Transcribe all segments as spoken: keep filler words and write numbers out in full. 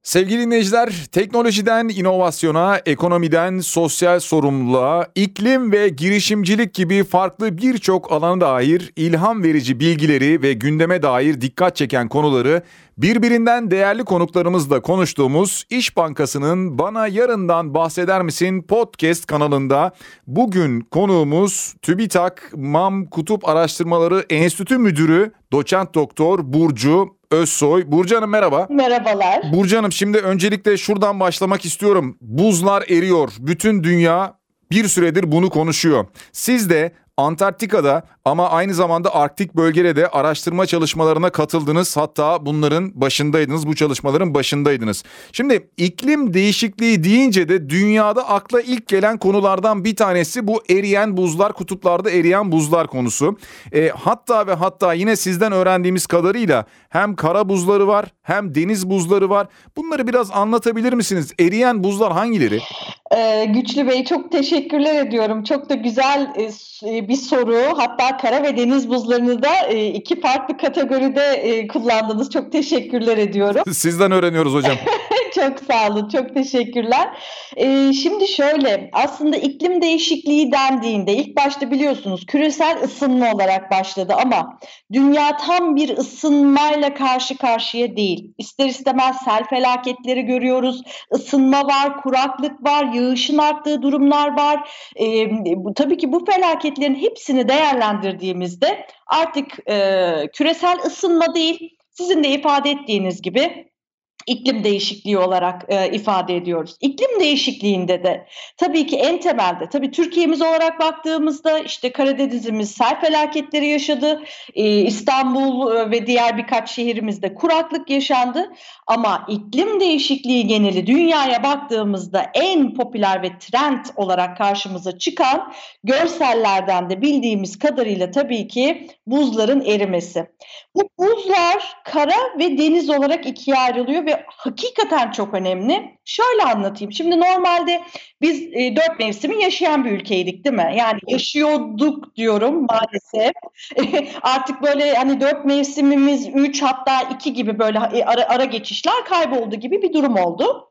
Sevgili dinleyiciler, teknolojiden inovasyona, ekonomiden sosyal sorumluluğa, iklim ve girişimcilik gibi farklı birçok alana dair ilham verici bilgileri ve gündeme dair dikkat çeken konuları birbirinden değerli konuklarımızla konuştuğumuz İş Bankası'nın Bana Yarından Bahseder Misin podcast kanalında bugün konuğumuz TÜBİTAK MAM Kutup Araştırmaları Enstitü Müdürü Doçent Doktor Burcu Özsoy. Burcu Hanım merhaba. Merhabalar. Burcu Hanım, şimdi öncelikle şuradan başlamak istiyorum. Buzlar eriyor. Bütün dünya bir süredir bunu konuşuyor. Siz de Antarktika'da ama aynı zamanda Arktik bölgede de araştırma çalışmalarına katıldınız. Hatta bunların başındaydınız, bu çalışmaların başındaydınız. Şimdi iklim değişikliği deyince de dünyada akla ilk gelen konulardan bir tanesi bu eriyen buzlar, kutuplarda eriyen buzlar konusu. E, hatta ve hatta yine sizden öğrendiğimiz kadarıyla hem kara buzları var hem deniz buzları var. Bunları biraz anlatabilir misiniz? Eriyen buzlar hangileri? Ee, Güçlü Bey, çok teşekkürler ediyorum. Çok da güzel e, bir soru. Hatta kara ve deniz buzlarını da e, iki farklı kategoride e, kullandınız. Çok teşekkürler ediyorum. Sizden öğreniyoruz hocam. Çok sağ olun, çok teşekkürler. Ee, şimdi şöyle, aslında iklim değişikliği dendiğinde ilk başta biliyorsunuz küresel ısınma olarak başladı ama dünya tam bir ısınmayla karşı karşıya değil. İster istemez sel felaketleri görüyoruz, ısınma var, kuraklık var, yağışın arttığı durumlar var. Ee, bu, tabii ki bu felaketlerin hepsini değerlendirdiğimizde artık e, küresel ısınma değil, sizin de ifade ettiğiniz gibi İklim değişikliği olarak e, ifade ediyoruz. İklim değişikliğinde de tabii ki en temelde, tabii Türkiye'miz olarak baktığımızda işte Karadeniz'imiz sel felaketleri yaşadı, e, İstanbul e, ve diğer birkaç şehrimizde kuraklık yaşandı. Ama iklim değişikliği geneli dünyaya baktığımızda en popüler ve trend olarak karşımıza çıkan görsellerden de bildiğimiz kadarıyla tabii ki buzların erimesi. Bu buzlar kara ve deniz olarak ikiye ayrılıyor ve hakikaten çok önemli. Şöyle anlatayım. Şimdi normalde biz e, dört mevsimi yaşayan bir ülkeydik, değil mi? Yani yaşıyorduk diyorum maalesef. Artık böyle hani dört mevsimimiz üç, hatta iki gibi böyle ara, ara geçişler kayboldu gibi bir durum oldu.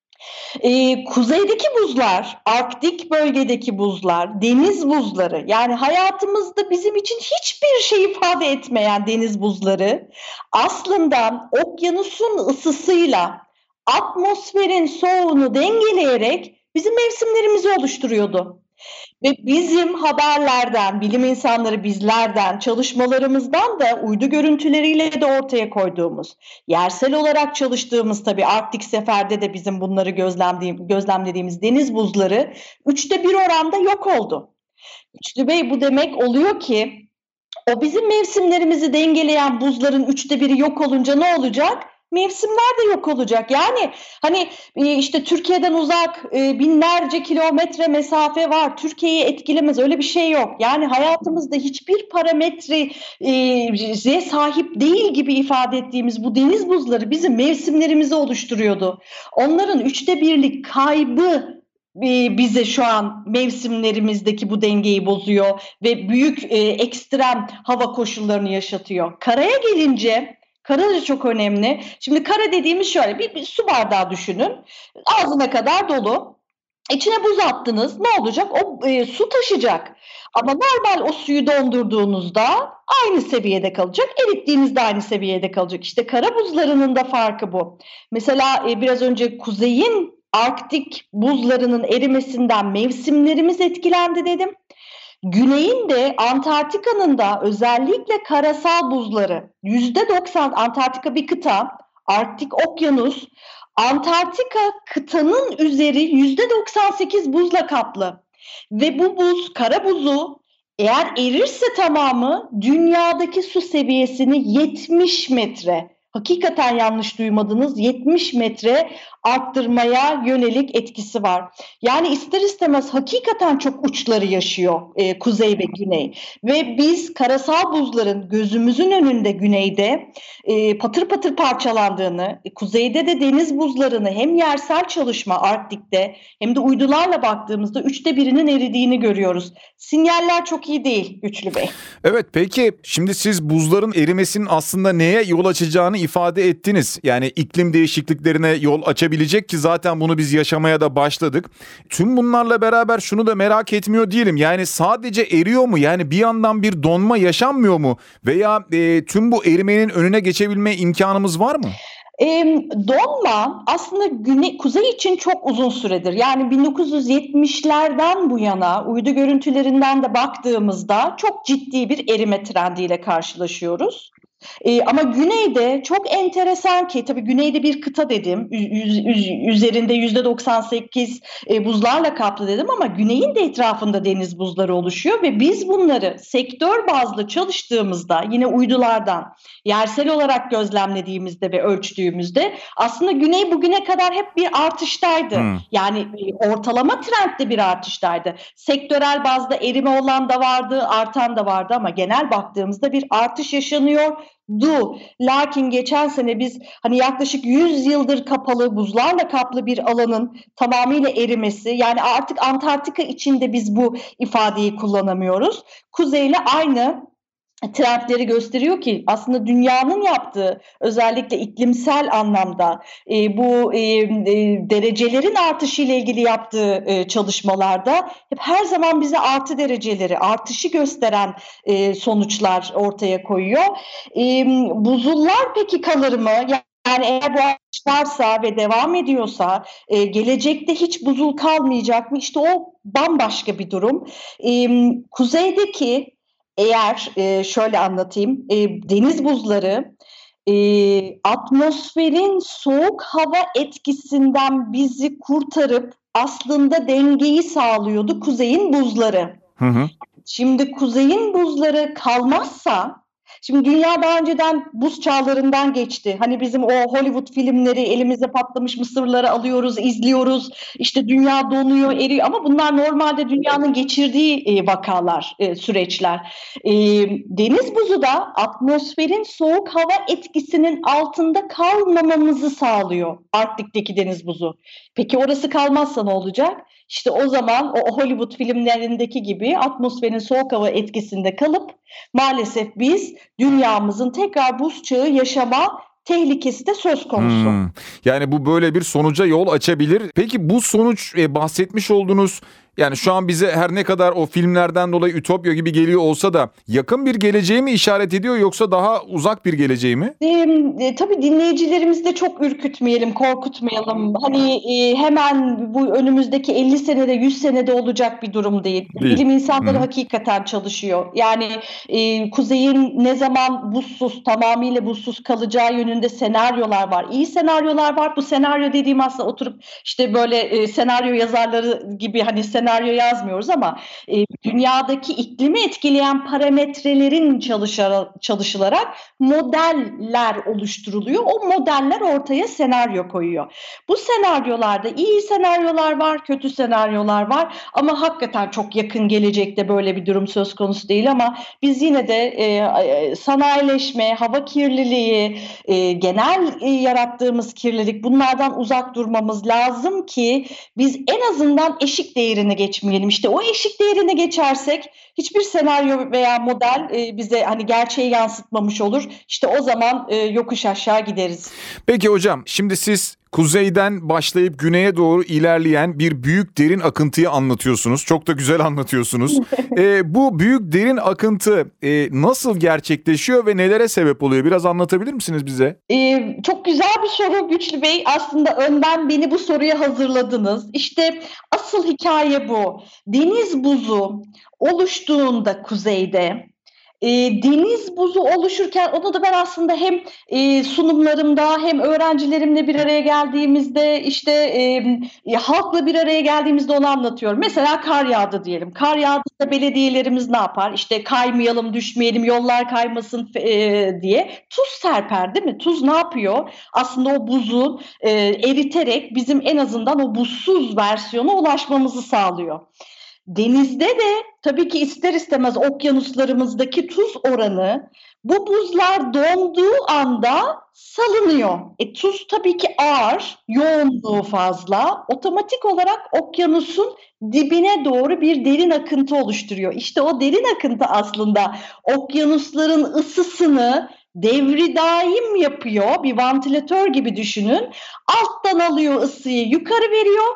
Ee, kuzeydeki buzlar, Arktik bölgedeki buzlar, deniz buzları, yani hayatımızda bizim için hiçbir şey ifade etmeyen deniz buzları aslında okyanusun ısısıyla atmosferin soğuğunu dengeleyerek bizim mevsimlerimizi oluşturuyordu. Ve bizim haberlerden, bilim insanları bizlerden, çalışmalarımızdan da uydu görüntüleriyle de ortaya koyduğumuz, yersel olarak çalıştığımız tabii Arktik Sefer'de de bizim bunları gözlemlediğimiz deniz buzları üçte bir oranda yok oldu. Güçlü Bey, bu demek oluyor ki o bizim mevsimlerimizi dengeleyen buzların üçte biri yok olunca ne olacak? Mevsimler de yok olacak. Yani hani işte Türkiye'den uzak binlerce kilometre mesafe var. Türkiye'yi etkilemez, öyle bir şey yok. Yani hayatımızda hiçbir parametreye sahip değil gibi ifade ettiğimiz bu deniz buzları bizim mevsimlerimizi oluşturuyordu. Onların üçte birlik kaybı bize şu an mevsimlerimizdeki bu dengeyi bozuyor ve büyük e, ekstrem hava koşullarını yaşatıyor. Karaya gelince, kara da çok önemli. Şimdi kara dediğimiz şöyle bir, bir su bardağı düşünün. Ağzına kadar dolu. İçine buz attınız. Ne olacak? O e, su taşacak. Ama normal o suyu dondurduğunuzda aynı seviyede kalacak. Erittiğinizde aynı seviyede kalacak. İşte kara buzlarının da farkı bu. Mesela e, biraz önce kuzeyin Arktik buzlarının erimesinden mevsimlerimiz etkilendi dedim. Güneyin de Antarktika'nın da özellikle karasal buzları yüzde doksan, Antarktika bir kıta, Arktik okyanus, Antarktika kıtanın üzeri yüzde doksan sekiz buzla kaplı ve bu buz, kara buzu eğer erirse tamamı dünyadaki su seviyesini yetmiş metre, hakikaten yanlış duymadınız, yetmiş metre arttırmaya yönelik etkisi var. Yani ister istemez hakikaten çok uçları yaşıyor e, kuzey ve güney. Ve biz karasal buzların gözümüzün önünde güneyde e, patır patır parçalandığını, e, kuzeyde de deniz buzlarını hem yersel çalışma Arktik'te hem de uydularla baktığımızda üçte birinin eridiğini görüyoruz. Sinyaller çok iyi değil Güçlü Bey. Evet, peki şimdi siz buzların erimesinin aslında neye yol açacağını ifade ettiniz. Yani iklim değişikliklerine yol açabilecek ki zaten bunu biz yaşamaya da başladık. Tüm bunlarla beraber şunu da merak etmiyor değilim. Yani sadece eriyor mu? Yani bir yandan bir donma yaşanmıyor mu? Veya e, tüm bu erimenin önüne geçebilme imkanımız var mı? E, donma aslında güney, kuzey için çok uzun süredir. Yani bin dokuz yüz yetmişlerden bu yana uydu görüntülerinden de baktığımızda çok ciddi bir erime trendiyle karşılaşıyoruz. Ee, ama güneyde çok enteresan ki tabii güneyde bir kıta dedim, yüz, yüz, üzerinde yüzde doksan sekiz e, buzlarla kaplı dedim ama güneyin de etrafında deniz buzları oluşuyor ve biz bunları sektör bazlı çalıştığımızda yine uydulardan yersel olarak gözlemlediğimizde ve ölçtüğümüzde aslında güney bugüne kadar hep bir artıştaydı. Hmm. Yani e, ortalama trendde bir artıştaydı. Sektörel bazda erime olan da vardı, artan da vardı ama genel baktığımızda bir artış yaşanıyor. Du. Lakin geçen sene biz hani yaklaşık yüz yıldır kapalı, buzlarla kaplı bir alanın tamamıyla erimesi, yani artık Antarktika içinde biz bu ifadeyi kullanamıyoruz. Kuzeyle aynı trendleri gösteriyor ki aslında dünyanın yaptığı özellikle iklimsel anlamda e, bu e, e, derecelerin artışı ile ilgili yaptığı e, çalışmalarda hep her zaman bize artı dereceleri, artışı gösteren e, sonuçlar ortaya koyuyor. E, buzullar peki kalır mı? Yani eğer bu artış varsa ve devam ediyorsa e, gelecekte hiç buzul kalmayacak mı? İşte o bambaşka bir durum. E, kuzeydeki Eğer e, şöyle anlatayım, e, deniz buzları e, atmosferin soğuk hava etkisinden bizi kurtarıp aslında dengeyi sağlıyordu kuzeyin buzları. Hı hı. Şimdi kuzeyin buzları kalmazsa, şimdi dünya daha önceden buz çağlarından geçti. Hani bizim o Hollywood filmleri, elimizde patlamış mısırları alıyoruz, izliyoruz. İşte dünya donuyor, eriyor ama bunlar normalde dünyanın geçirdiği e, vakalar, e, süreçler. E, deniz buzu da atmosferin soğuk hava etkisinin altında kalmamamızı sağlıyor. Arktik'teki deniz buzu. Peki orası kalmazsa ne olacak? İşte o zaman o Hollywood filmlerindeki gibi atmosferin soğuk hava etkisinde kalıp maalesef biz dünyamızın tekrar buz çağı yaşama tehlikesi de söz konusu. Hmm. Yani bu böyle bir sonuca yol açabilir. Peki bu sonuç e, bahsetmiş olduğunuz, yani şu an bize her ne kadar o filmlerden dolayı ütopya gibi geliyor olsa da yakın bir geleceği mi işaret ediyor yoksa daha uzak bir geleceği mi? E, e, tabii dinleyicilerimizi de çok ürkütmeyelim, korkutmayalım. Hani e, hemen bu önümüzdeki elli senede, yüz senede olacak bir durum değil. değil. Bilim insanları Hı. hakikaten çalışıyor. Yani e, kuzeyin ne zaman buzsuz, tamamıyla buzsuz kalacağı yönünde senaryolar var. İyi senaryolar var. Bu senaryo dediğim aslında oturup işte böyle e, senaryo yazarları gibi hani senaryo senaryo yazmıyoruz ama e, dünyadaki iklimi etkileyen parametrelerin çalışarak, çalışılarak modeller oluşturuluyor. O modeller ortaya senaryo koyuyor. Bu senaryolarda iyi senaryolar var, kötü senaryolar var ama hakikaten çok yakın gelecekte böyle bir durum söz konusu değil ama biz yine de e, sanayileşme, hava kirliliği, e, genel e, yarattığımız kirlilik, bunlardan uzak durmamız lazım ki biz en azından eşik değerini geçmeyelim. İşte o eşik değerine geçersek hiçbir senaryo veya model e, bize hani gerçeği yansıtmamış olur. İşte o zaman e, yokuş aşağı gideriz. Peki hocam, şimdi siz kuzeyden başlayıp güneye doğru ilerleyen bir büyük derin akıntıyı anlatıyorsunuz. Çok da güzel anlatıyorsunuz. e, bu büyük derin akıntı e, nasıl gerçekleşiyor ve nelere sebep oluyor? Biraz anlatabilir misiniz bize? E, çok güzel bir soru Güçlü Bey. Aslında önden beni bu soruya hazırladınız. İşte asıl hikaye bu. Deniz buzu oluştuğunda kuzeyde, E, deniz buzu oluşurken onu da ben aslında hem e, sunumlarımda hem öğrencilerimle bir araya geldiğimizde işte e, e, halkla bir araya geldiğimizde onu anlatıyorum. Mesela kar yağdı diyelim. Kar yağdığında belediyelerimiz ne yapar? İşte kaymayalım, düşmeyelim, yollar kaymasın e, diye tuz serper, değil mi? Tuz ne yapıyor? Aslında o buzu e, eriterek bizim en azından o buzsuz versiyona ulaşmamızı sağlıyor. Denizde de tabii ki ister istemez okyanuslarımızdaki tuz oranı bu buzlar donduğu anda salınıyor. E, tuz tabii ki ağır, yoğunluğu fazla. Otomatik olarak okyanusun dibine doğru bir derin akıntı oluşturuyor. İşte o derin akıntı aslında okyanusların ısısını devri daim yapıyor. Bir vantilatör gibi düşünün. Alttan alıyor ısıyı, yukarı veriyor.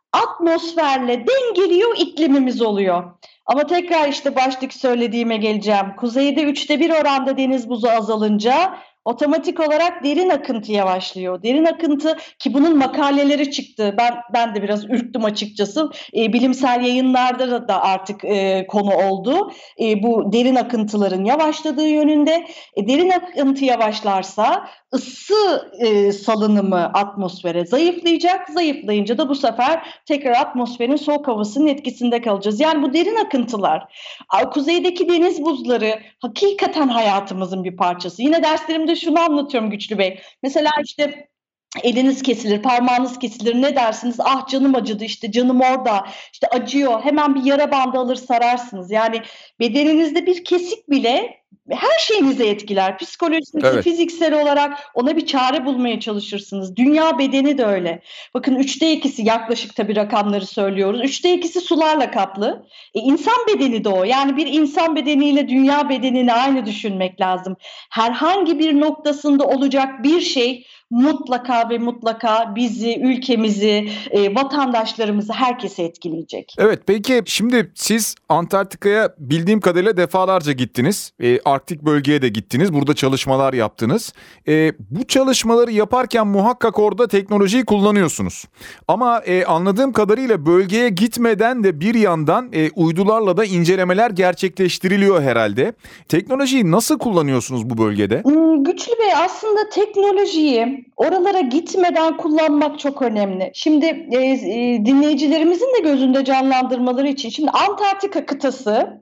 Atmosferle dengeliyor, iklimimiz oluyor. Ama tekrar işte baştaki söylediğime geleceğim. Kuzeyde üçte bir oranda deniz buzu azalınca otomatik olarak derin akıntı yavaşlıyor. Derin akıntı, ki bunun makaleleri çıktı. Ben ben de biraz ürktüm açıkçası. E, bilimsel yayınlarda da artık e, konu oldu. E, bu derin akıntıların yavaşladığı yönünde. E, derin akıntı yavaşlarsa ısı e, salınımı atmosfere zayıflayacak. Zayıflayınca da bu sefer tekrar atmosferin soğuk havasının etkisinde kalacağız. Yani bu derin akıntılar, kuzeydeki deniz buzları hakikaten hayatımızın bir parçası. Yine derslerimde şunu anlatıyorum Güçlü Bey. Mesela işte eliniz kesilir, parmağınız kesilir. Ne dersiniz? Ah canım acıdı, işte canım orada, işte acıyor. Hemen bir yara bandı alır sararsınız. Yani bedeninizde bir kesik bile her şeyinizi etkiler. Psikolojinizi, Evet. fiziksel olarak ona bir çare bulmaya çalışırsınız. Dünya bedeni de öyle. Bakın üçte ikisi, yaklaşık tabii rakamları söylüyoruz. Üçte ikisi sularla kaplı. E, insan bedeni de o. Yani bir insan bedeniyle dünya bedenini aynı düşünmek lazım. Herhangi bir noktasında olacak bir şey mutlaka ve mutlaka bizi, ülkemizi, e, vatandaşlarımızı, herkesi etkileyecek. Evet, peki şimdi siz Antarktika'ya bildiğim kadarıyla defalarca gittiniz. E, Arktik bölgeye de gittiniz. Burada çalışmalar yaptınız. E, bu çalışmaları yaparken muhakkak orada teknolojiyi kullanıyorsunuz. Ama e, anladığım kadarıyla bölgeye gitmeden de bir yandan e, uydularla da incelemeler gerçekleştiriliyor herhalde. Teknolojiyi nasıl kullanıyorsunuz bu bölgede? Hmm, Güçlü Bey, aslında teknolojiyi oralara gitmeden kullanmak çok önemli. Şimdi e, e, dinleyicilerimizin de gözünde canlandırmaları için, şimdi Antarktika kıtası,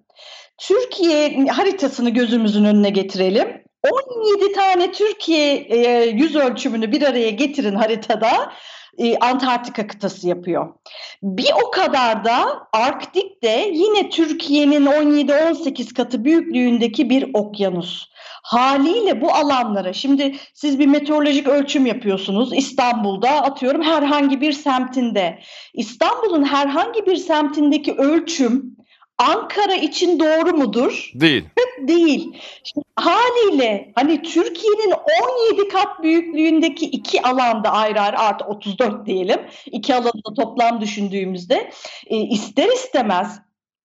Türkiye haritasını gözümüzün önüne getirelim. on yedi tane Türkiye e, yüz ölçümünü bir araya getirin haritada. E, Antarktika kıtası yapıyor. Bir o kadar da Arktik'te yine Türkiye'nin on yedi on sekiz katı büyüklüğündeki bir okyanus. Haliyle bu alanlara, şimdi siz bir meteorolojik ölçüm yapıyorsunuz İstanbul'da, atıyorum herhangi bir semtinde. İstanbul'un herhangi bir semtindeki ölçüm Ankara için doğru mudur? Değil. Değil. Şimdi haliyle hani Türkiye'nin on yedi kat büyüklüğündeki iki alanda ayrı ayrı, artı otuz dört diyelim, iki alanda toplam düşündüğümüzde e, ister istemez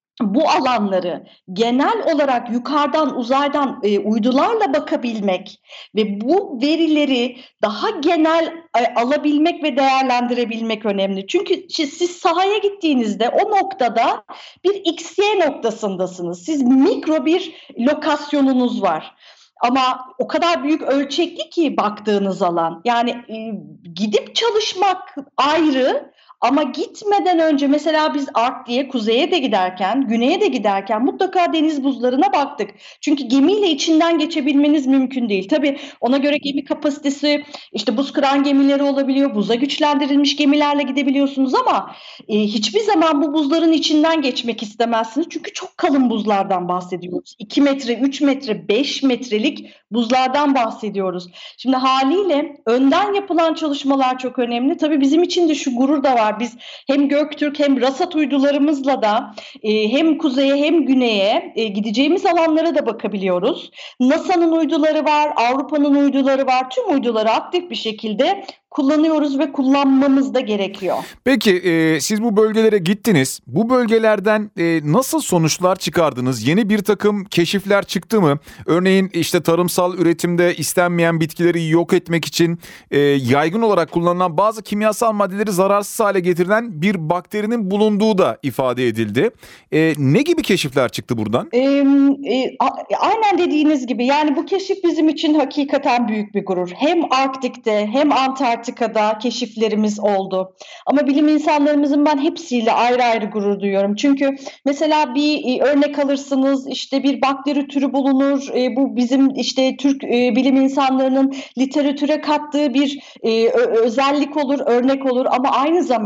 bu alanları genel olarak yukarıdan, uzaydan e, uydularla bakabilmek ve bu verileri daha genel e, alabilmek ve değerlendirebilmek önemli. Çünkü siz sahaya gittiğinizde o noktada bir X Y noktasındasınız. Siz mikro bir lokasyonunuz var. Ama o kadar büyük ölçekli ki baktığınız alan. Yani e, gidip çalışmak ayrı. Ama gitmeden önce mesela biz Arktik'e, kuzeye de giderken, güneye de giderken mutlaka deniz buzlarına baktık. Çünkü gemiyle içinden geçebilmeniz mümkün değil. Tabii ona göre gemi kapasitesi, işte buz kıran gemileri olabiliyor, buza güçlendirilmiş gemilerle gidebiliyorsunuz ama e, hiçbir zaman bu buzların içinden geçmek istemezsiniz. Çünkü çok kalın buzlardan bahsediyoruz. iki metre, üç metre, beş metrelik buzlardan bahsediyoruz. Şimdi haliyle önden yapılan çalışmalar çok önemli. Tabii bizim için de şu gurur da var. Biz hem Göktürk hem Rasat uydularımızla da e, hem kuzeye hem güneye e, gideceğimiz alanlara da bakabiliyoruz. NASA'nın uyduları var, Avrupa'nın uyduları var. Tüm uyduları aktif bir şekilde kullanıyoruz ve kullanmamız da gerekiyor. Peki e, siz bu bölgelere gittiniz. Bu bölgelerden e, nasıl sonuçlar çıkardınız? Yeni bir takım keşifler çıktı mı? Örneğin işte tarımsal üretimde istenmeyen bitkileri yok etmek için e, yaygın olarak kullanılan bazı kimyasal maddeleri zararsız hale getirilen bir bakterinin bulunduğu da ifade edildi. E, ne gibi keşifler çıktı buradan? E, e, aynen dediğiniz gibi, yani bu keşif bizim için hakikaten büyük bir gurur. Hem Arktik'te hem Antarktika'da keşiflerimiz oldu. Ama bilim insanlarımızın ben hepsiyle ayrı ayrı gurur duyuyorum. Çünkü mesela bir e, örnek alırsınız, işte bir bakteri türü bulunur. E, bu bizim işte Türk e, bilim insanlarının literatüre kattığı bir e, ö- özellik olur, örnek olur. Ama aynı zamanda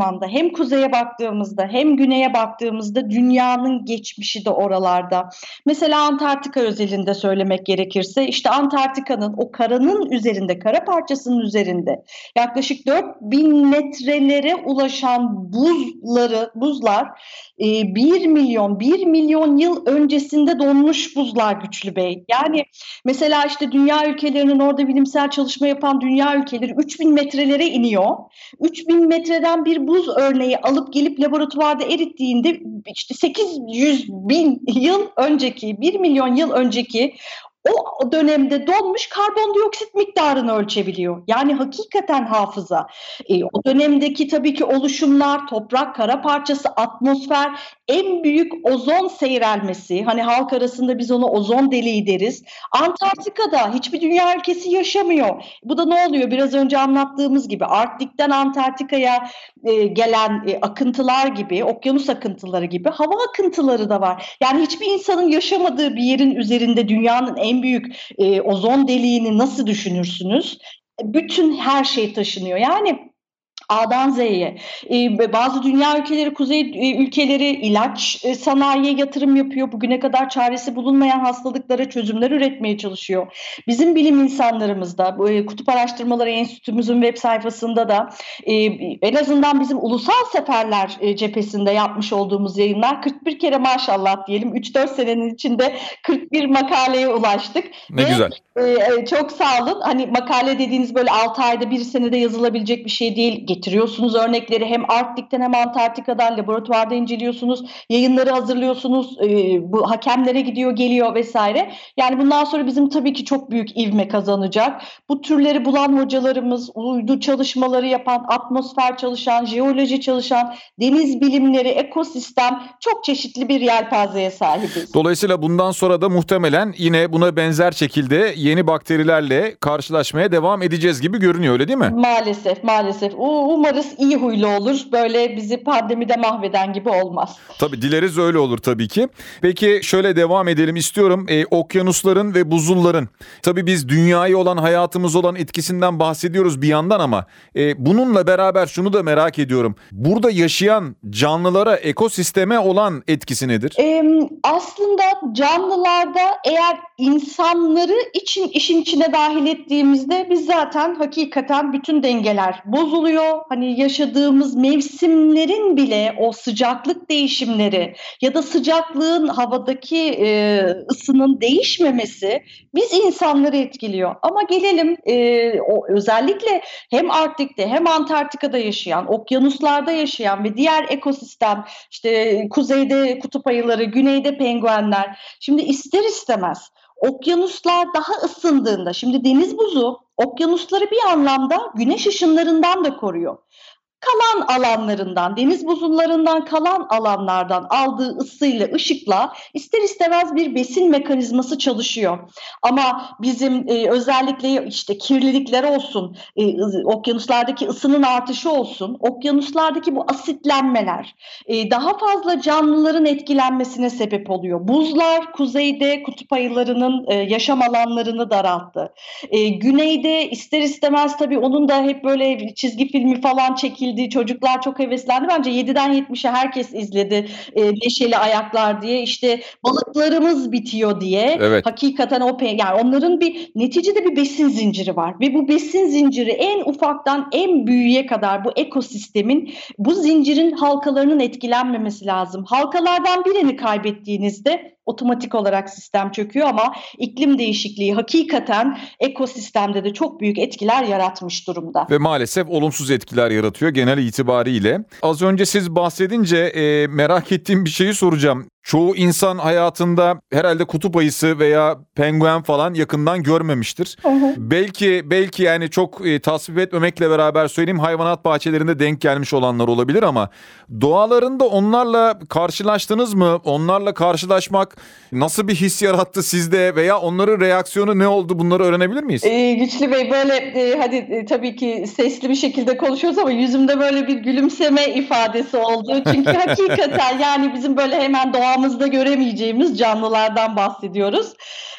zamanda hem kuzeye baktığımızda hem güneye baktığımızda dünyanın geçmişi de oralarda. Mesela Antarktika özelinde söylemek gerekirse işte Antarktika'nın o karanın üzerinde, kara parçasının üzerinde yaklaşık dört bin metrelere ulaşan buzları, buzlar bir milyon, bir milyon yıl öncesinde donmuş buzlar Güçlü Bey. Yani mesela işte dünya ülkelerinin orada bilimsel çalışma yapan dünya ülkeleri üç bin metrelere iniyor. üç bin metreden bir buz örneği alıp gelip laboratuvarda erittiğinde işte sekiz yüz bin yıl önceki, bir milyon yıl önceki o dönemde donmuş karbondioksit miktarını ölçebiliyor. Yani hakikaten hafıza. E, o dönemdeki tabii ki oluşumlar, toprak, kara parçası, atmosfer, en büyük ozon seyrelmesi, hani halk arasında biz ona ozon deliği deriz. Antarktika'da hiçbir dünya ülkesi yaşamıyor. Bu da ne oluyor? Biraz önce anlattığımız gibi Arktik'ten Antarktika'ya e, gelen e, akıntılar gibi, okyanus akıntıları gibi hava akıntıları da var. Yani hiçbir insanın yaşamadığı bir yerin üzerinde dünyanın en büyük e, ozon deliğini nasıl düşünürsünüz? Bütün her şey taşınıyor. Yani A'dan Z'ye. Ee, bazı dünya ülkeleri, kuzey e, ülkeleri ilaç e, sanayiye yatırım yapıyor. Bugüne kadar çaresi bulunmayan hastalıklara çözümler üretmeye çalışıyor. Bizim bilim insanlarımız da, bu, e, Kutup Araştırmaları Enstitümüzün web sayfasında da e, en azından bizim ulusal seferler e, cephesinde yapmış olduğumuz yayınlar kırk bir kere maşallah diyelim üç dört senenin içinde kırk bir makaleye ulaştık. Ne Ve, güzel. e, çok sağ olun. Hani makale dediğiniz böyle altı ayda bir senede yazılabilecek bir şey değil. Getiriyorsunuz örnekleri hem Arktik'ten hem Antarktika'dan laboratuvarda inceliyorsunuz, yayınları hazırlıyorsunuz, e, bu hakemlere gidiyor geliyor vesaire. Yani bundan sonra bizim tabii ki çok büyük ivme kazanacak. Bu türleri bulan hocalarımız, uydu çalışmaları yapan, atmosfer çalışan, jeoloji çalışan, deniz bilimleri, ekosistem çok çeşitli bir yelpazeye sahibiz. Dolayısıyla bundan sonra da muhtemelen yine buna benzer şekilde yeni bakterilerle karşılaşmaya devam edeceğiz gibi görünüyor, öyle değil mi? Maalesef, maalesef. Umarız iyi huylu olur. Böyle bizi pandemide mahveden gibi olmaz. Tabii dileriz öyle olur tabii ki. Peki şöyle devam edelim istiyorum. Ee, okyanusların ve buzulların. Tabii biz dünyaya olan, hayatımız olan etkisinden bahsediyoruz bir yandan ama e, bununla beraber şunu da merak ediyorum. Burada yaşayan canlılara, ekosisteme olan etkisi nedir? Ee, aslında canlılarda eğer insanları için işin içine dahil ettiğimizde biz zaten hakikaten bütün dengeler bozuluyor. Hani yaşadığımız mevsimlerin bile o sıcaklık değişimleri ya da sıcaklığın havadaki e, ısının değişmemesi biz insanları etkiliyor. Ama gelelim e, o özellikle hem Arktik'te hem Antarktika'da yaşayan, okyanuslarda yaşayan ve diğer ekosistem işte kuzeyde kutup ayıları, güneyde penguenler. Şimdi ister istemez okyanuslar daha ısındığında, şimdi deniz buzu okyanusları bir anlamda güneş ışınlarından da koruyor. Kalan alanlarından, deniz buzullarından kalan alanlardan aldığı ısıyla, ışıkla ister istemez bir besin mekanizması çalışıyor. Ama bizim e, özellikle işte kirlilikler olsun, e, okyanuslardaki ısının artışı olsun, okyanuslardaki bu asitlenmeler e, daha fazla canlıların etkilenmesine sebep oluyor. Buzlar kuzeyde kutup ayılarının e, yaşam alanlarını daralttı. E, güneyde ister istemez tabii onun da hep böyle çizgi filmi falan çekildi. Çocuklar çok heveslendi. Bence yediden yetmişe herkes izledi e, Neşeli Ayaklar diye. İşte balıklarımız bitiyor diye. Evet. Hakikaten o yani onların bir neticede bir besin zinciri var. Ve bu besin zinciri en ufaktan en büyüğe kadar bu ekosistemin, bu zincirin halkalarının etkilenmemesi lazım. Halkalardan birini kaybettiğinizde otomatik olarak sistem çöküyor ama iklim değişikliği hakikaten ekosistemde de çok büyük etkiler yaratmış durumda. Ve maalesef olumsuz etkiler yaratıyor genel itibariyle. Az önce siz bahsedince e, merak ettiğim bir şeyi soracağım. Çoğu insan hayatında herhalde kutup ayısı veya penguen falan yakından görmemiştir. Hı hı. Belki belki yani çok e, tasvip etmemekle beraber söyleyeyim, hayvanat bahçelerinde denk gelmiş olanlar olabilir ama doğalarında onlarla karşılaştınız mı? Onlarla karşılaşmak nasıl bir his yarattı sizde veya onların reaksiyonu ne oldu? Bunları öğrenebilir miyiz? Ee, Güçlü Bey böyle e, hadi e, tabii ki sesli bir şekilde konuşuyoruz ama yüzümde böyle bir gülümseme ifadesi oldu. Çünkü hakikaten yani bizim böyle hemen doğamızda göremeyeceğimiz canlılardan bahsediyoruz.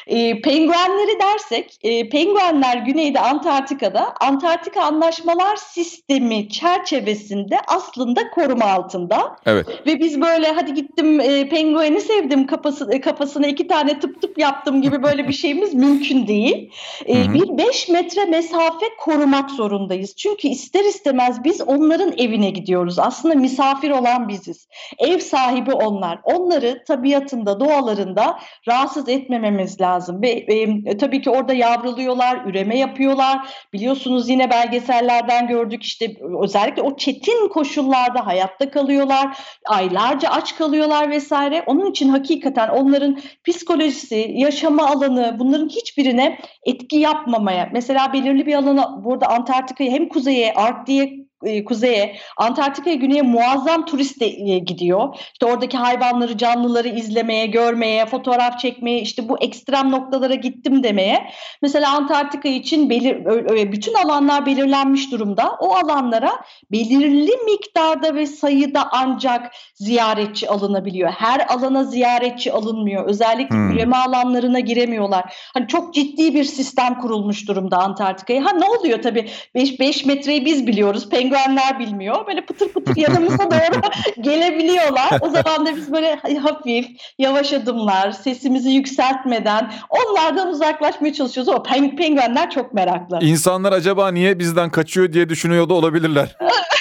Eee, penguenleri dersek, eee, penguenler güneyde Antarktika'da, Antarktika Anlaşmalar Sistemi çerçevesinde aslında koruma altında. Evet. Ve biz böyle hadi gittim eee, pengueni sevdim kafası, e, kafasına iki tane tıp tıp yaptım gibi böyle bir şeyimiz mümkün değil. Hı Eee, hı. bir beş metre mesafe korumak zorundayız. Çünkü ister istemez biz onların evine gidiyoruz. Aslında misafir olan biziz. Ev sahibi onlar. Onları tabiatında, doğalarında rahatsız etmememiz lazım. Ve e, tabii ki orada yavruluyorlar, üreme yapıyorlar. Biliyorsunuz yine belgesellerden gördük işte özellikle o çetin koşullarda hayatta kalıyorlar. Aylarca aç kalıyorlar vesaire. Onun için hakikaten onların psikolojisi, yaşama alanı bunların hiçbirine etki yapmamaya. Mesela belirli bir alana burada Antarktika'ya hem kuzeye, Arktik'e e, kuzeye, Antarktika'ya, güneye muazzam turist de e, gidiyor. İşte oradaki hayvanları, canlıları izlemeye, görmeye, fotoğraf çekmeye, işte bu ekstrem noktalara gittim demeye. Mesela Antarktika için belir, bütün alanlar belirlenmiş durumda. O alanlara belirli miktarda ve sayıda ancak ziyaretçi alınabiliyor. Her alana ziyaretçi alınmıyor. Özellikle Hmm. üreme alanlarına giremiyorlar. Hani çok ciddi bir sistem kurulmuş durumda Antarktika'ya. Ha ne oluyor tabii beş metreyi biz biliyoruz. Penguenler bilmiyor. Böyle pıtır pıtır yanımıza doğru gelebiliyorlar. O zaman da biz böyle hafif, yavaş adımlar, sesimizi yükseltmeden onlardan uzaklaşmaya çalışıyoruz. O peng- penguenler çok meraklı. İnsanlar acaba niye bizden kaçıyor diye düşünüyor da olabilirler.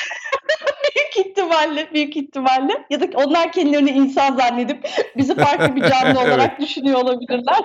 Büyük ihtimalle, büyük ihtimalle. Ya da onlar kendilerini insan zannedip bizi farklı bir canlı olarak Evet. düşünüyor olabilirler.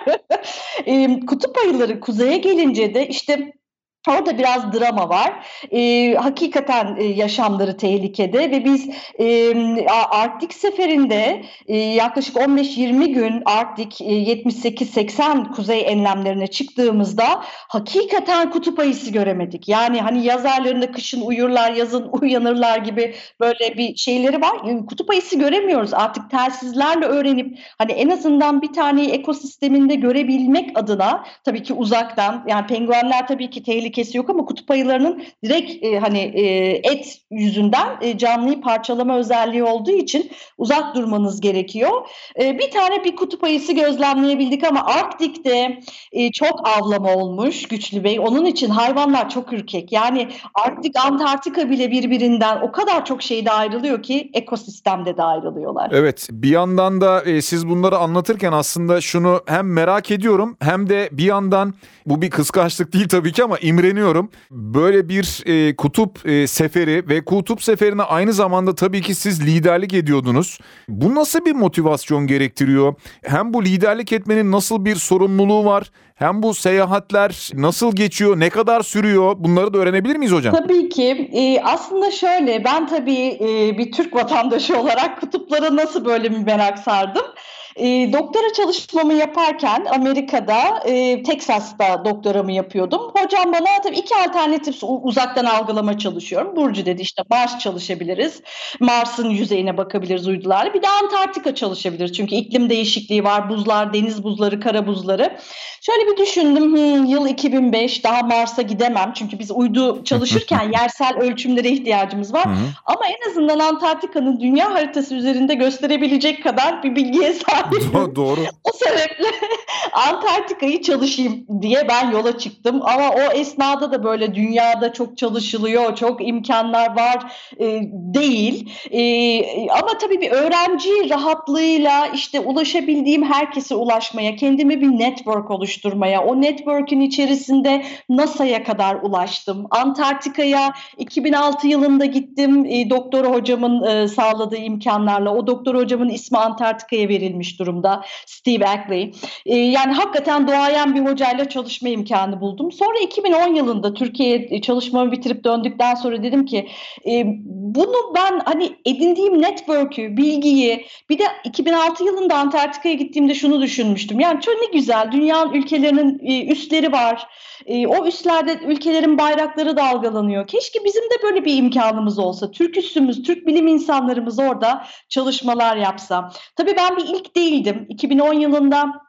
Eee, kutup ayıları kuzeye gelince de işte orada biraz drama var. Eee, hakikaten e, yaşamları tehlikede ve biz e, Arktik seferinde e, yaklaşık on beş yirmi gün Arktik e, yetmiş sekiz seksen kuzey enlemlerine çıktığımızda hakikaten kutup ayısı göremedik. Yani hani yaz aylarında kışın uyurlar, yazın uyanırlar gibi böyle bir şeyleri var. Yani kutup ayısı göremiyoruz. Artık telsizlerle öğrenip hani en azından bir taneyi ekosisteminde görebilmek adına tabii ki uzaktan yani penguenler tabii ki tehlikesi yok ama kutup ayılarının direkt e, hani e, et yüzünden e, canlıyı parçalama özelliği olduğu için uzak durmanız gerekiyor. E, bir tane bir kutup ayısı gözlemleyebildik ama Arktik'te e, çok avlama olmuş Güçlü Bey. Onun için hayvanlar çok ürkek. Yani Arktik, Antarktika bile birbirinden o kadar çok şeyde ayrılıyor ki ekosistemde de ayrılıyorlar. Evet, bir yandan da e, siz bunları anlatırken aslında şunu hem merak ediyorum hem de bir yandan bu bir kıskançlık değil tabii ki ama imreniyorum. Böyle bir e, kutup e, seferi ve kutup seferine aynı zamanda tabii ki siz liderlik ediyordunuz. Bu nasıl bir motivasyon gerektiriyor? Hem bu liderlik etmenin nasıl bir sorumluluğu var? Hem bu seyahatler nasıl geçiyor? Ne kadar sürüyor? Bunları da öğrenebilir miyiz hocam? Tabii ki. Eee, aslında şöyle, ben tabii eee, bir Türk vatandaşı olarak kutuplara nasıl böyle bir merak sardım? Eee, doktora çalışmamı yaparken Amerika'da, eee, Texas'ta doktoramı yapıyordum. Hocam bana tabii iki alternatif u- uzaktan algılama çalışıyorum. Burcu dedi işte Mars çalışabiliriz. Mars'ın yüzeyine bakabiliriz uydularla. Bir de Antarktika çalışabiliriz. Çünkü iklim değişikliği var. Buzlar, deniz buzları, kara buzları. Şöyle bir düşündüm. Hmm, yıl iki bin beş daha Mars'a gidemem. Çünkü biz uydu çalışırken yersel ölçümlere ihtiyacımız var. Hı hı. Ama en azından Antarktika'nın dünya haritası üzerinde gösterebilecek kadar bir bilgiye sahibim. Do- Doğru. O sebeple Antarktika'yı çalışayım diye ben yola çıktım. Ama o esnada da böyle dünyada çok çalışılıyor, çok imkanlar var e, değil. E, ama tabii bir öğrenci rahatlığıyla işte ulaşabildiğim herkese ulaşmaya, kendime bir network oluşturmaya, o network'ün içerisinde NASA'ya kadar ulaştım. Antarktika'ya iki bin altı yılında gittim. E, doktora hocamın e, sağladığı imkanlarla. O doktor hocamın ismi Antarktika'ya verilmiş durumda. Steve Ackley. E, yani hakikaten doğayan bir hocayla çalışma imkanı buldum. Sonra iki bin on yılında Türkiye'ye çalışmamı bitirip döndükten sonra dedim ki e, bunu ben hani edindiğim network'ü, bilgiyi bir de iki bin altı yılında Antarktika'ya gittiğimde şunu düşünmüştüm. Yani çok ne güzel dünyanın ülkelerinin e, üsleri var. E, o üslerde ülkelerin bayrakları dalgalanıyor. Keşke bizim de böyle bir imkanımız olsa. Türk üssümüz, Türk bilim insanlarımız orada çalışmalar yapsa. Tabii ben bir ilk değildim. iki bin on yılında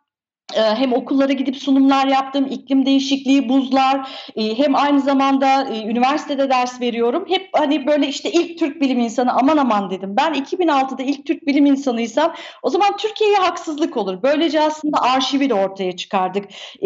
Hem okullara gidip sunumlar yaptım, iklim değişikliği, buzlar, hem aynı zamanda üniversitede ders veriyorum. Hep hani böyle işte ilk Türk bilim insanı, aman aman dedim. Ben iki bin altıda ilk Türk bilim insanıysam o zaman Türkiye'ye haksızlık olur. Böylece aslında arşivi de ortaya çıkardık.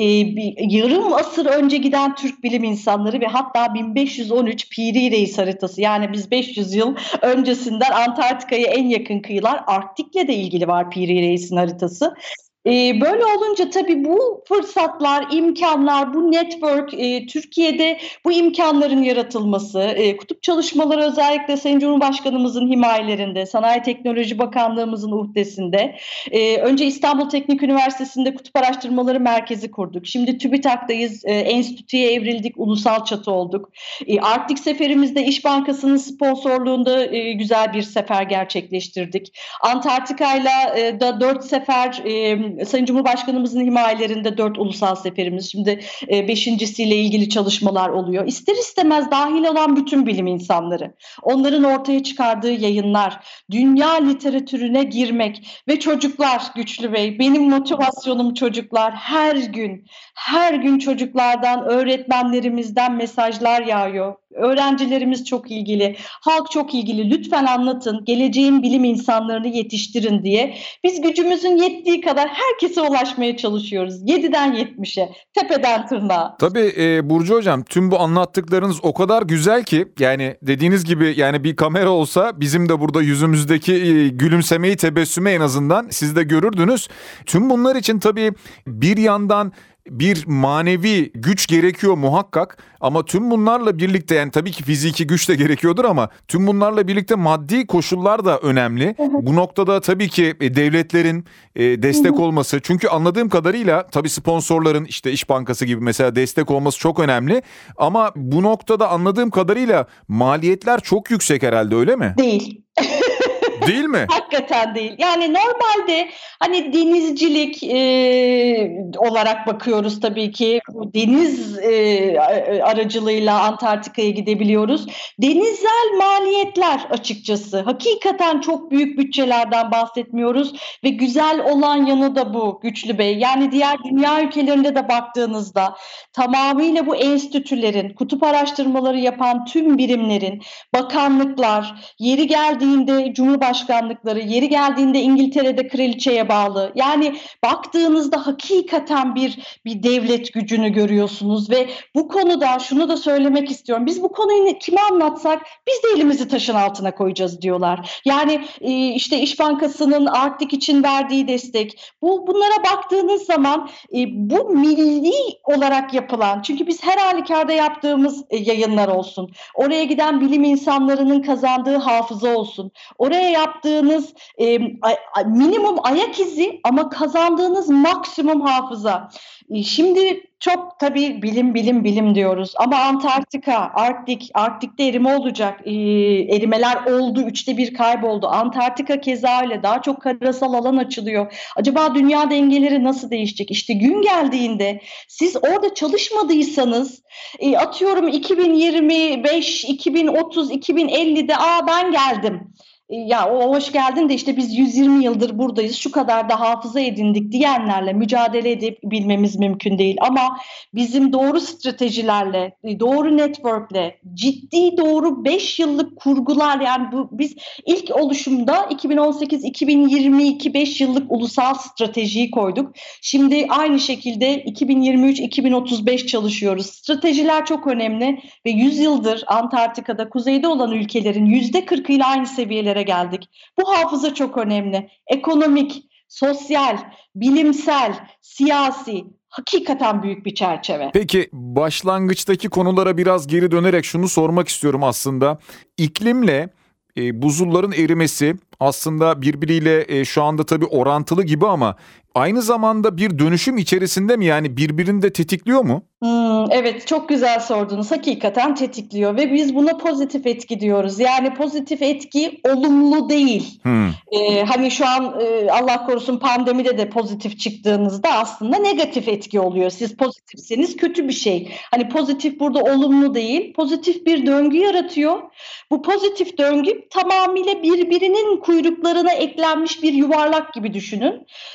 Bir yarım asır önce giden Türk bilim insanları ve hatta bin beş yüz on üç Piri Reis haritası, yani biz beş yüz yıl öncesinden Antarktika'ya en yakın kıyılar, Arktik'le de ilgili var Piri Reis'in haritası. Ee, böyle olunca tabii bu fırsatlar, imkanlar, bu network, e, Türkiye'de bu imkanların yaratılması, e, kutup çalışmaları özellikle Sayın Cumhurbaşkanımızın himayelerinde, Sanayi Teknoloji Bakanlığımızın uhdesinde. E, önce İstanbul Teknik Üniversitesi'nde Kutup Araştırmaları Merkezi kurduk. Şimdi TÜBİTAK'tayız, e, enstitüye evrildik, ulusal çatı olduk. E, Arktik seferimizde İş Bankası'nın sponsorluğunda e, güzel bir sefer gerçekleştirdik. Antarktika'yla e, da dört sefer, e, Sayın Cumhurbaşkanımızın himayelerinde dört ulusal seferimiz. Şimdi e, beşincisiyle ilgili çalışmalar oluyor. İster istemez dahil olan bütün bilim insanları, onların ortaya çıkardığı yayınlar, dünya literatürüne girmek ve çocuklar, Güçlü Bey, benim motivasyonum çocuklar. Her gün, her gün çocuklardan, öğretmenlerimizden mesajlar yağıyor. Öğrencilerimiz çok ilgili, halk çok ilgili. Lütfen anlatın, geleceğin bilim insanlarını yetiştirin diye. Biz gücümüzün yettiği kadar herkese ulaşmaya çalışıyoruz. yediden yetmişe, tepeden tırnağa. Tabii e, Burcu Hocam, tüm bu anlattıklarınız o kadar güzel ki, yani dediğiniz gibi, yani bir kamera olsa bizim de burada yüzümüzdeki e, gülümsemeyi, tebessümü en azından siz de görürdünüz. Tüm bunlar için tabii bir yandan bir manevi güç gerekiyor muhakkak, ama tüm bunlarla birlikte, yani tabii ki fiziki güç de gerekiyordur ama tüm bunlarla birlikte maddi koşullar da önemli. Bu noktada tabii ki devletlerin destek olması, çünkü anladığım kadarıyla tabii sponsorların, işte İş Bankası gibi mesela, destek olması çok önemli, ama bu noktada anladığım kadarıyla maliyetler çok yüksek herhalde, öyle mi? Değil. Değil mi? Hakikaten değil. Yani normalde hani denizcilik e, olarak bakıyoruz tabii ki. Deniz e, aracılığıyla Antarktika'ya gidebiliyoruz. Denizsel maliyetler açıkçası. Hakikaten çok büyük bütçelerden bahsetmiyoruz ve güzel olan yanı da bu Güçlü Bey. Yani diğer dünya ülkelerinde de baktığınızda tamamıyla bu enstitülerin, kutup araştırmaları yapan tüm birimlerin, bakanlıklar, yeri geldiğinde Cumhurbaşkanlıkları, yeri geldiğinde İngiltere'de kraliçeye bağlı. Yani baktığınızda hakikaten bir bir devlet gücünü görüyorsunuz ve bu konuda şunu da söylemek istiyorum. Biz bu konuyu kime anlatsak biz de elimizi taşın altına koyacağız diyorlar. Yani e, işte İş Bankası'nın Arktik için verdiği destek. Bu bunlara baktığınız zaman e, bu milli olarak yapılan, çünkü biz her halükarda yaptığımız e, yayınlar olsun. Oraya giden bilim insanlarının kazandığı hafıza olsun. Oraya yaptığınız e, a, minimum ayak izi ama kazandığınız maksimum hafıza. E, şimdi çok tabii bilim bilim bilim diyoruz ama Antarktika, Arktik, Arktik'te erime olacak. E, erimeler oldu, üçte bir kayboldu. Antarktika keza öyle, daha çok karasal alan açılıyor. Acaba dünya dengeleri nasıl değişecek? İşte gün geldiğinde siz orada çalışmadıysanız, e, atıyorum iki bin yirmi beş, iki bin otuz, iki bin ellide aa ben geldim. Ya o hoş geldin de işte biz yüz yirmi yıldır buradayız, şu kadar da hafıza edindik diyenlerle mücadele edebilmemiz mümkün değil. Ama bizim doğru stratejilerle, doğru networkle, ciddi doğru beş yıllık kurgular, yani bu, biz ilk oluşumda iki bin on sekiz iki bin yirmi iki beş yıllık ulusal stratejiyi koyduk. Şimdi aynı şekilde iki bin yirmi üç iki bin otuz beş çalışıyoruz. Stratejiler çok önemli ve yüz yıldır Antarktika'da kuzeyde olan ülkelerin yüzde kırkıyla aynı seviyelere geldik. Bu hafıza çok önemli. Ekonomik, sosyal, bilimsel, siyasi, hakikaten büyük bir çerçeve. Peki başlangıçtaki konulara biraz geri dönerek şunu sormak istiyorum aslında. İklimle e, buzulların erimesi aslında birbiriyle e, şu anda tabii orantılı gibi, ama aynı zamanda bir dönüşüm içerisinde mi, yani birbirini de tetikliyor mu? Hmm, evet, çok güzel sordunuz. Hakikaten tetikliyor ve biz buna pozitif etki diyoruz. Yani pozitif etki olumlu değil. Hmm. Ee, hani şu an e, Allah korusun pandemide de pozitif çıktığınızda aslında negatif etki oluyor. Siz pozitifseniz kötü bir şey. Hani pozitif burada olumlu değil. Pozitif bir döngü yaratıyor. Bu pozitif döngü tamamıyla birbirinin kuyruklarına eklenmiş bir yuvarlak gibi düşünün. Bir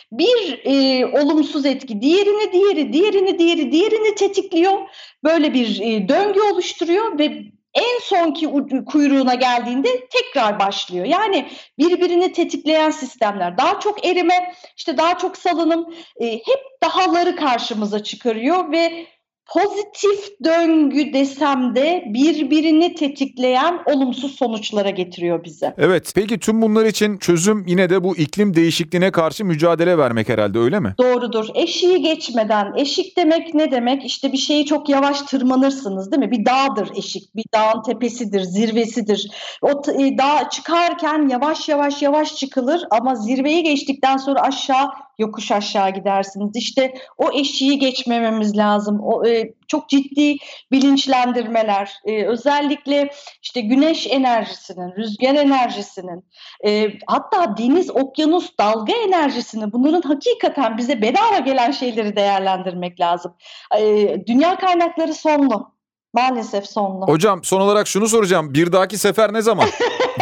bir e, olumsuz etki diğerini, diğeri, diğerini, diğeri, diğerini tetikliyor. Böyle bir e, döngü oluşturuyor ve en sonki kuyruğuna geldiğinde tekrar başlıyor. Yani birbirini tetikleyen sistemler, daha çok erime, işte daha çok salınım, e, hep dahaları karşımıza çıkarıyor ve pozitif döngü desem de birbirini tetikleyen olumsuz sonuçlara getiriyor bizi. Evet, peki tüm bunlar için çözüm yine de bu iklim değişikliğine karşı mücadele vermek herhalde, öyle mi? Doğrudur. Eşiği geçmeden, eşik demek ne demek? İşte bir şeyi çok yavaş tırmanırsınız, değil mi? Bir dağdır eşik, bir dağın tepesidir, zirvesidir. O t- e, dağa çıkarken yavaş yavaş yavaş çıkılır ama zirveyi geçtikten sonra aşağı, yokuş aşağı gidersiniz. İşte o eşiği geçmememiz lazım. O e, çok ciddi bilinçlendirmeler, e, özellikle işte güneş enerjisinin, rüzgar enerjisinin, e, hatta deniz, okyanus, dalga enerjisini, bunların hakikaten bize bedava gelen şeyleri değerlendirmek lazım. E, dünya kaynakları sonlu. Maalesef sonlu. Hocam son olarak şunu soracağım. Bir dahaki sefer ne zaman?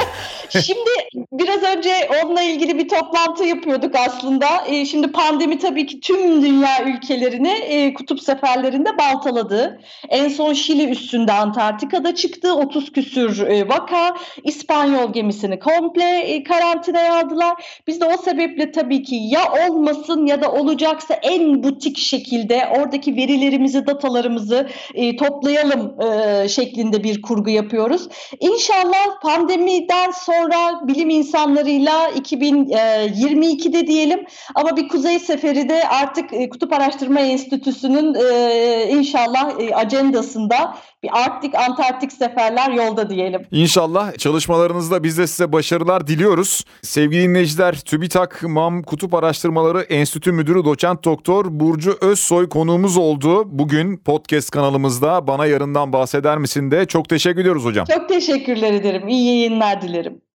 Şimdi biraz önce onunla ilgili bir toplantı yapıyorduk aslında. E, şimdi pandemi tabii ki tüm dünya ülkelerini e, kutup seferlerinde baltaladı. En son Şili üstünde Antarktika'da çıktı. otuz küsür e, vaka. İspanyol gemisini komple e, karantinaya aldılar. Biz de o sebeple tabii ki ya olmasın ya da olacaksa en butik şekilde oradaki verilerimizi, datalarımızı e, toplayalım e, şeklinde bir kurgu yapıyoruz. İnşallah pandemiden sonra Sonra bilim insanlarıyla iki bin yirmi ikide diyelim, ama bir kuzey seferi de artık Kutup Araştırma Enstitüsü'nün inşallah ajandasında, bir Arktik Antarktik seferler yolda diyelim. İnşallah çalışmalarınızda biz de size başarılar diliyoruz. Sevgili dinleyiciler, TÜBİTAK MAM Kutup Araştırmaları Enstitü Müdürü Doçent Doktor Burcu Özsoy konuğumuz oldu. Bugün podcast kanalımızda Bana Yarından Bahseder misin de çok teşekkür ediyoruz hocam. Çok teşekkürler ederim. İyi yayınlar dilerim.